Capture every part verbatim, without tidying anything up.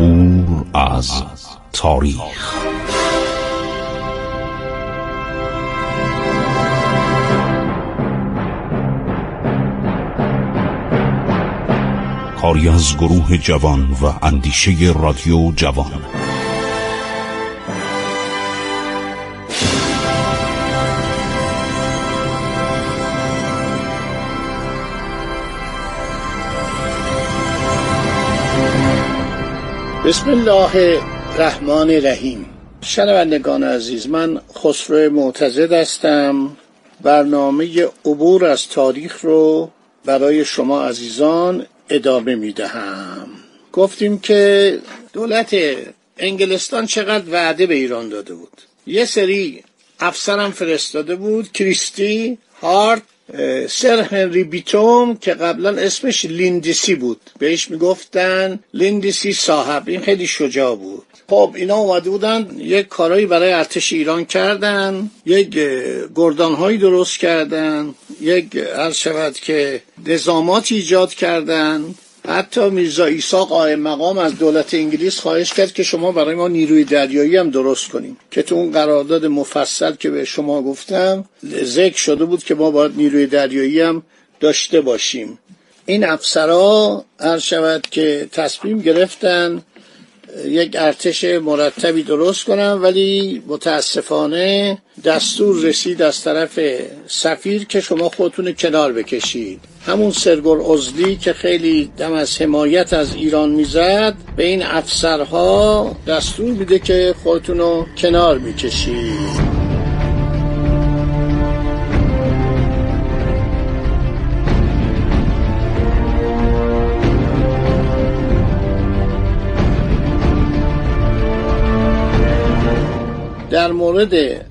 عبور از تاریخ. کاری از گروه جوان و اندیشه رادیو جوان. بسم الله الرحمن الرحیم. شنوندگان عزیز، من خسرو معتضد هستم. برنامه عبور از تاریخ رو برای شما عزیزان ادامه میدهم. گفتیم که دولت انگلستان چقدر وعده به ایران داده بود. یه سری افسرم فرستاده بود، کریستی، هارت، سر هنری بیتوم که قبلا اسمش لیندسی بود، بهش میگفتن لیندسی صاحب. این خیلی شجاع بود. خب اینا اومده بودن یک کارایی برای ارتش ایران کردن، یک گردانهایی درست کردن، یک عرض شود که نظامات ایجاد کردن. حتی میرزا عیسی قائم مقام از دولت انگلیس خواهش کرد که شما برای ما نیروی دریایی هم درست کنیم، که تو اون قرارداد مفصل که به شما گفتم ذکر شده بود که ما باید نیروی دریایی هم داشته باشیم. این افسرها عرض شود که تصمیم گرفتن یک ارتش مرتبی درست کنن، ولی متاسفانه دستور رسید از طرف سفیر که شما خودتون کنار بکشید. همون سرگور عزلی که خیلی دم از حمایت از ایران میزد به این افسرها دستور میده که خودتونو کنار میکشید. در مورد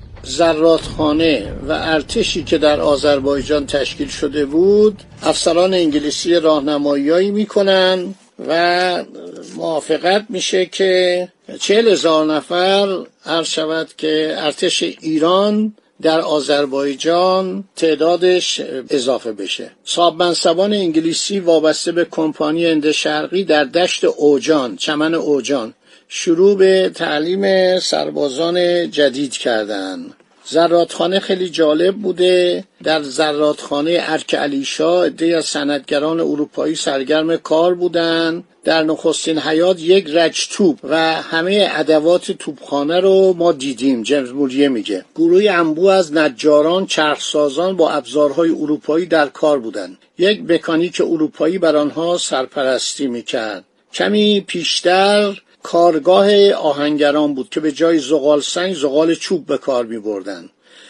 زرادخانه و ارتشی که در آذربایجان تشکیل شده بود، افسران انگلیسی راهنمایی‌هایی میکنن و موافقت میشه که چهل هزار نفر عرض شود که ارتش ایران در آذربایجان تعدادش اضافه بشه. صاحب منصبان انگلیسی وابسته به کمپانی هند شرقی در دشت اوجان، چمن اوجان، شروع به تعلیم سربازان جدید کردن. زرادخانه خیلی جالب بوده. در زرادخانه ارک علیشا عده‌ای از صنعتگران اروپایی سرگرم کار بودن. در نخستین حیات یک رج توپ و همه ادوات توپخانه رو ما دیدیم. جیمز موریه میگه گروهی انبوه از نجاران، چرخسازان با ابزارهای اروپایی در کار بودند. یک مکانیک اروپایی بر آنها سرپرستی میکرد. کمی پیشتر کارگاه آهنگران بود که به جای زغال سنگ زغال چوب به کار می بردن.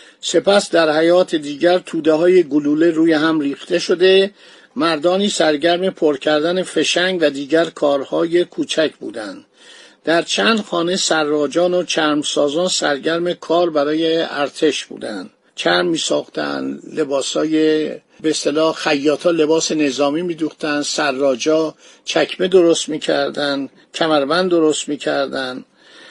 سپس در حیات دیگر توده های گلوله روی هم ریخته شده. مردانی سرگرم پر کردن فشنگ و دیگر کارهای کوچک بودند. در چند خانه سراجان و چرمسازان سرگرم کار برای ارتش بودند. چرم می ساختن، لباسای به اصطلاح خیاطا لباس نظامی می دوختن، سراجا چکمه درست می کردن، کمربند درست می کردن.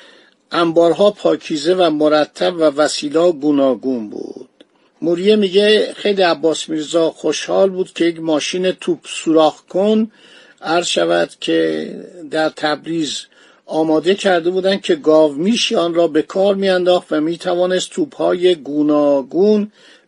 انبارها پاکیزه و مرتب و وسیله گوناگون بود. موریه میگه خیلی عباس میرزا خوشحال بود که یک ماشین توپ سوراخ کن عرض شود که در تبریز آماده کرده بودند که گاومیش آن را به کار میانداخت و میتوانست توپهای گوناگون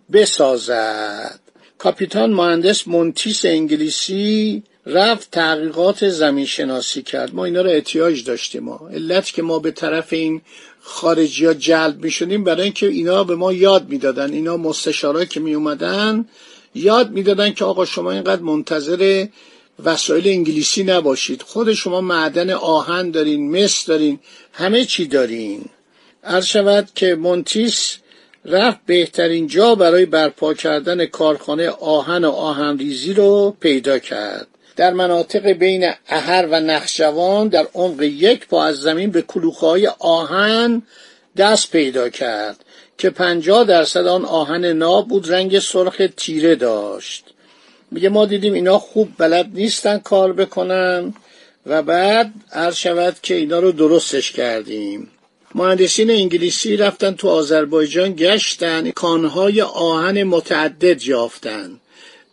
بسازد. کاپیتان مهندس مونتیس انگلیسی رفت تحقیقات زمین شناسی کرد. ما اینا رو احتیاج داشتیم. ما علت که ما به طرف این خارجی ها جلب می شدیم برای اینکه اینا به ما یاد می دادن. اینا مستشارا که می اومدن یاد می دادن که آقا شما اینقدر منتظر وسایل انگلیسی نباشید، خود شما معدن آهن دارین، مس دارین، همه چی دارین. عرض شود که مونتیس رفت بهترین جا برای برپا کردن کارخانه آهن و آهنریزی رو پیدا کرد. در مناطق بین احر و نخجوان در عمق یک پا از زمین به کلوخه‌های آهن دست پیدا کرد که پنجاه درصد آن آهن ناب بود، رنگ سرخ تیره داشت. میگه ما دیدیم اینا خوب بلد نیستن کار بکنن و بعد عرض شود که اینا رو درستش کردیم. مهندسین انگلیسی رفتن تو آذربایجان گشتن، کانهای آهن متعدد یافتن.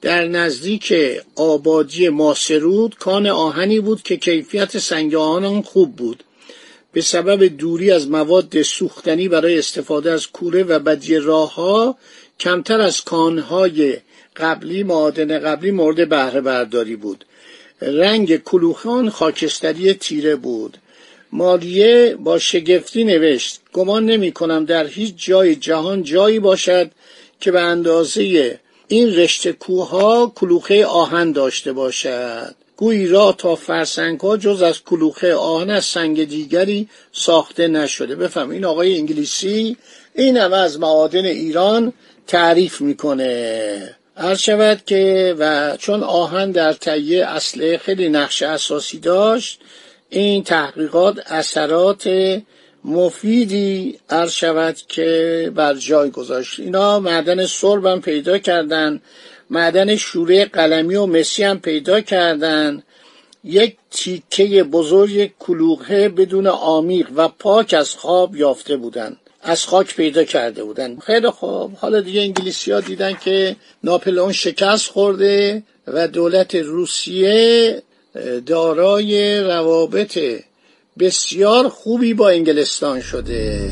در نزدیک آبادی ماسرود کان آهنی بود که کیفیت سنگ آهن آن خوب بود. به سبب دوری از مواد سوختنی برای استفاده از کوره و بدی راه‌ها کمتر از کانهای قبلی معادن قبلی مورد بهره برداری بود. رنگ کلوخ آن خاکستری تیره بود. مالیه با شگفتی نوشت: گمان نمی کنم در هیچ جای جهان جایی باشد که به اندازه این رشته کوه‌ها کلوخه آهن داشته باشد. گویی راه تا فرسنگ‌ها جز از کلوخه آهن از سنگ دیگری ساخته نشده. بفهم این آقای انگلیسی این همه از معادن ایران تعریف میکنه. عرض شود که و چون آهن در تهیه اسلحه خیلی نقش اساسی داشت، این تحقیقات اثرات مفیدی عرض شود که بر جای گذاشت. اینا معدن سرب هم پیدا کردن، معدن شوره قلمی و مسی هم پیدا کردن. یک تیکه بزرگ کلوخه بدون عمیق و پاک از خواب یافته بودن، از خاک پیدا کرده بودن. خیلی خوب، حالا دیگه انگلیسی ها دیدن که ناپلئون شکست خورده و دولت روسیه دارای روابط بسیار خوبی با انگلستان شده.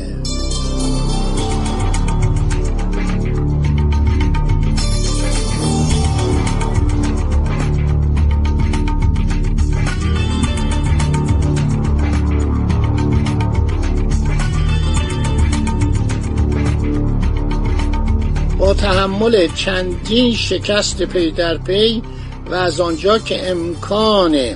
با تحمل چندین شکست پی در پی و از آنجا که امکان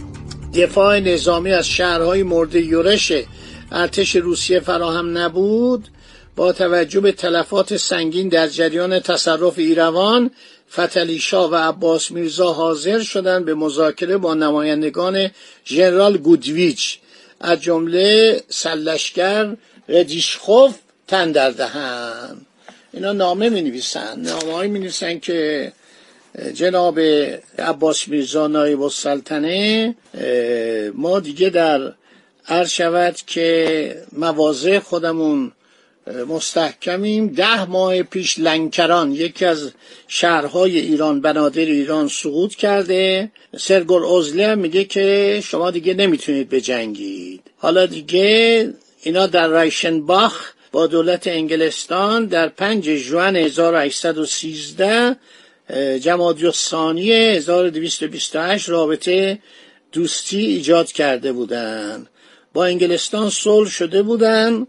دفاع نظامی از شهرهای مورد یورش ارتش روسیه فراهم نبود، با توجه به تلفات سنگین در جریان تصرف ایروان، فتحعلی شاه و عباس میرزا حاضر شدند به مذاکره با نمایندگان ژنرال گودویچ از جمله سرلشکر ردیشخوف تن در دهند. اینا نامه می نویسن، نامه هایی می نویسن که جناب عباس میرزا نایب السلطنه ما دیگه در عرض شود که مواضع خودمون مستحکمیم. ده ماه پیش لنکران، یکی از شهرهای ایران، بنادر ایران، سقوط کرده. سرگور اوزلی هم میگه که شما دیگه نمیتونید بجنگید. حالا دیگه اینا در رایشنباخ با دولت انگلستان در پنج ژوئن هزار و هشتصد و سیزده جمادی الثانی هزار و دویست و بیست و هشت رابطه دوستی ایجاد کرده بودند. با انگلستان صلح شده بودند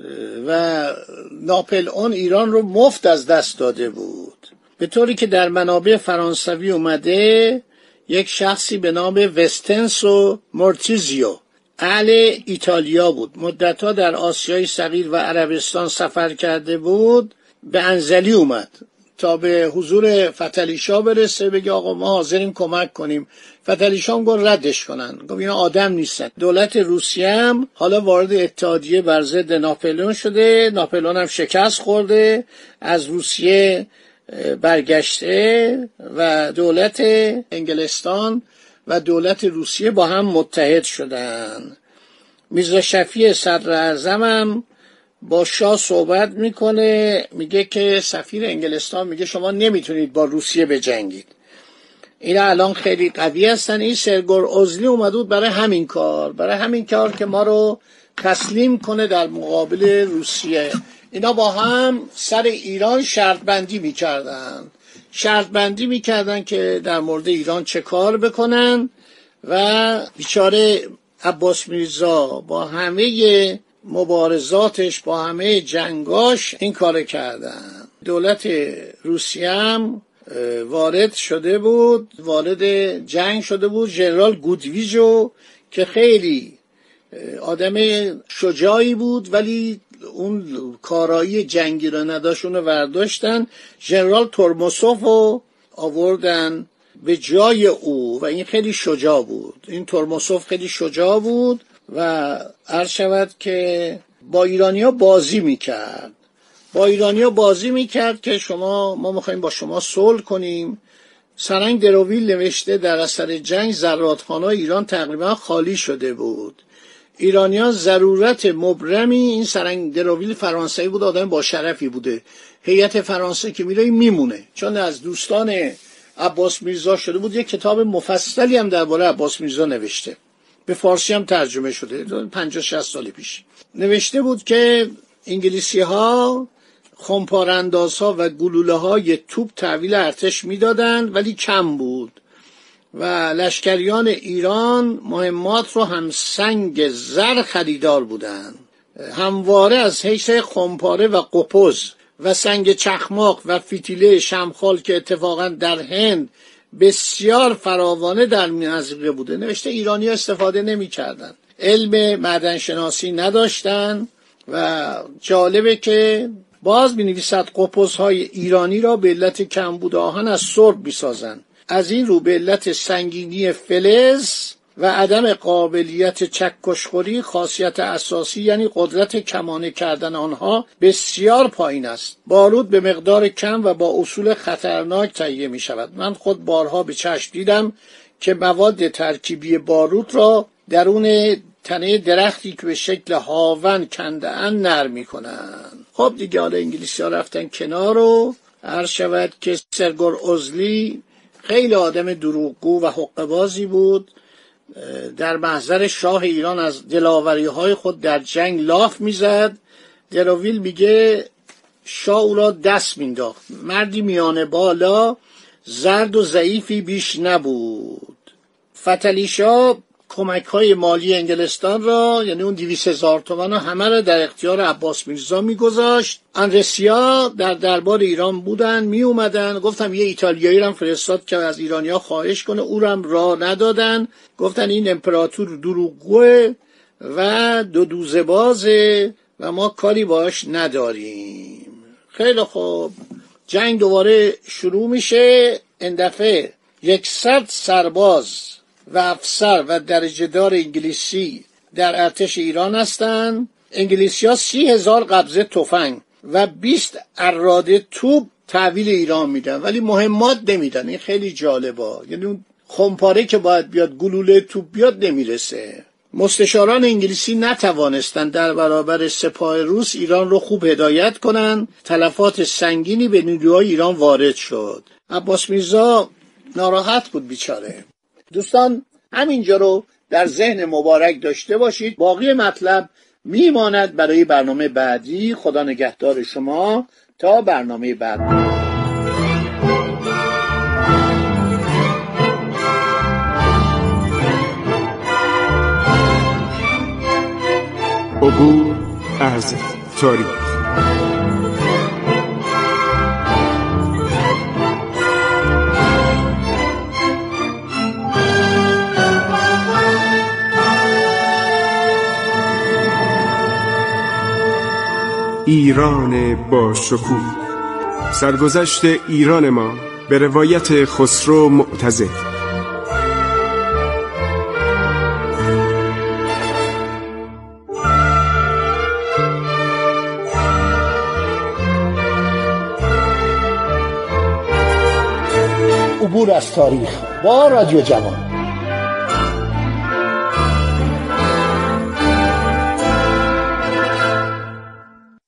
و ناپلئون ایران رو مفت از دست داده بود، به طوری که در منابع فرانسوی اومده یک شخصی به نام وستنسو مورتیزیو اهل ایتالیا بود، مدتها در آسیای صغیر و عربستان سفر کرده بود. به انزلی اومد تا به حضور فتحعلی شاه برسه، بگه آقا ما حاضریم کمک کنیم. فتحعلی شاه گفت ردش کنن، گفت اینا آدم نیستن. دولت روسیه هم حالا وارد اتحادیه بر ضد ناپلئون شده، ناپلئون هم شکست خورده، از روسیه برگشته و دولت انگلستان و دولت روسیه با هم متحد شدن. میرزا شفیع صدراعظم هم با شاه صحبت میکنه، میگه که سفیر انگلستان میگه شما نمیتونید با روسیه بجنگید، اینا الان خیلی قوی هستن. این سرگور اوزلی اومد بود برای همین کار، برای همین کار که ما رو تسلیم کنه در مقابل روسیه. اینا با هم سر ایران شرط بندی میکردن، شرط بندی میکردن که در مورد ایران چه کار بکنن و بیچاره عباس میرزا با همه مبارزاتش، با همه جنگاش این کار کردن. دولت روسیه هم وارد شده بود، وارد جنگ شده بود. ژنرال گودویچو که خیلی آدم شجاعی بود ولی اون کارایی جنگی رو نداشت، اونو برداشتن. ژنرال تورموسوف رو آوردن به جای او و این خیلی شجاع بود. این تورموسوف خیلی شجاع بود و عرض شود که با ایرانیا بازی میکرد، با ایرانیا بازی میکرد که شما ما میخوایم با شما صلح کنیم. سرنگ درویل نوشته در اثر جنگ زرادخانه‌های ایران تقریبا خالی شده بود. ایرانیان ضرورت مبرمی، این سرنگ درویل فرانسوی بود، آدم با شرفی بوده، هیئت فرانسه که میره میمونه، چون از دوستان عباس میرزا شده بود. یک کتاب مفصلی هم درباره عباس میرزا نوشته، به فارسی هم ترجمه شده، پنجاه شصت سال پیش نوشته بود که انگلیسی ها خمپاره‌اندازها و گلوله های توپ تحویل ارتش میدادند ولی کم بود و لشکریان ایران مهمات رو هم سنگ زر خریدار بودند. همواره از حیث خمپاره و قپز و سنگ چخماق و فتیله شمخال که اتفاقا در هند بسیار فراوانه در منطقه بوده نوشته ایرانی ها استفاده نمی کردن، علم معدن شناسی نداشتن و جالبه که باز می نویسد قپز های ایرانی را به علت کمبود آهن از سرب می سازن. از این رو به علت سنگینی فلز و عدم قابلیت چکشخوری خاصیت اساسی یعنی قدرت کمانه کردن آنها بسیار پایین است. بارود به مقدار کم و با اصول خطرناک تهیه می شود. من خود بارها به چشم دیدم که مواد ترکیبی بارود را درون تنه درختی که به شکل هاون کنده اند نرم می کنند. خب دیگه حالا انگلیسی ها رفتن کنار و عرض شود که سرگور اوزلی خیلی آدم دروغگو و حقه‌بازی بود. در محضر شاه ایران از دلاوری های خود در جنگ لاف میزد. دلاویل میگه شاه او را دست مینداخت. مردی میانه بالا، زرد و ضعیفی بیش نبود. فتحعلی شاه کمک های مالی انگلستان را یعنی اون دویست هزار تومان همه را در اختیار عباس میرزا میگذاشت. انرسیا در دربار ایران بودن، می اومدن، گفتم یه ایتالیایی را فرستاد که از ایرانیا خواهش کنه، او را راه ندادن، گفتن این امپراتور دروغگوه و دو دوزه بازه و ما کاری باش نداریم. خیلی خوب، جنگ دوباره شروع میشه. این دفعه یکصد سرباز و افسر و درجه دار انگلیسی در ارتش ایران هستند. انگلیسی ها سی هزار قبضه تفنگ و بیست اراده توپ تحویل ایران میدن ولی مهمات نمیدن. این خیلی جالبه، یعنی اون خمپاره که باید بیاد گلوله توپ بیاد نمیرسه. مستشاران انگلیسی نتوانستند در برابر سپاه روس ایران رو خوب هدایت کنن. تلفات سنگینی به نیروهای ایران وارد شد. عباس میرزا ناراحت بود بیچاره. دوستان همینجا رو در ذهن مبارک داشته باشید. باقی مطلب میماند برای برنامه بعدی. خدا نگهدار شما تا برنامه بعد. عبور از تاریخ. ایران با شکوه، سرگذشت ایران ما به روایت خسرو معتزد. عبور از تاریخ با رادیو جوان.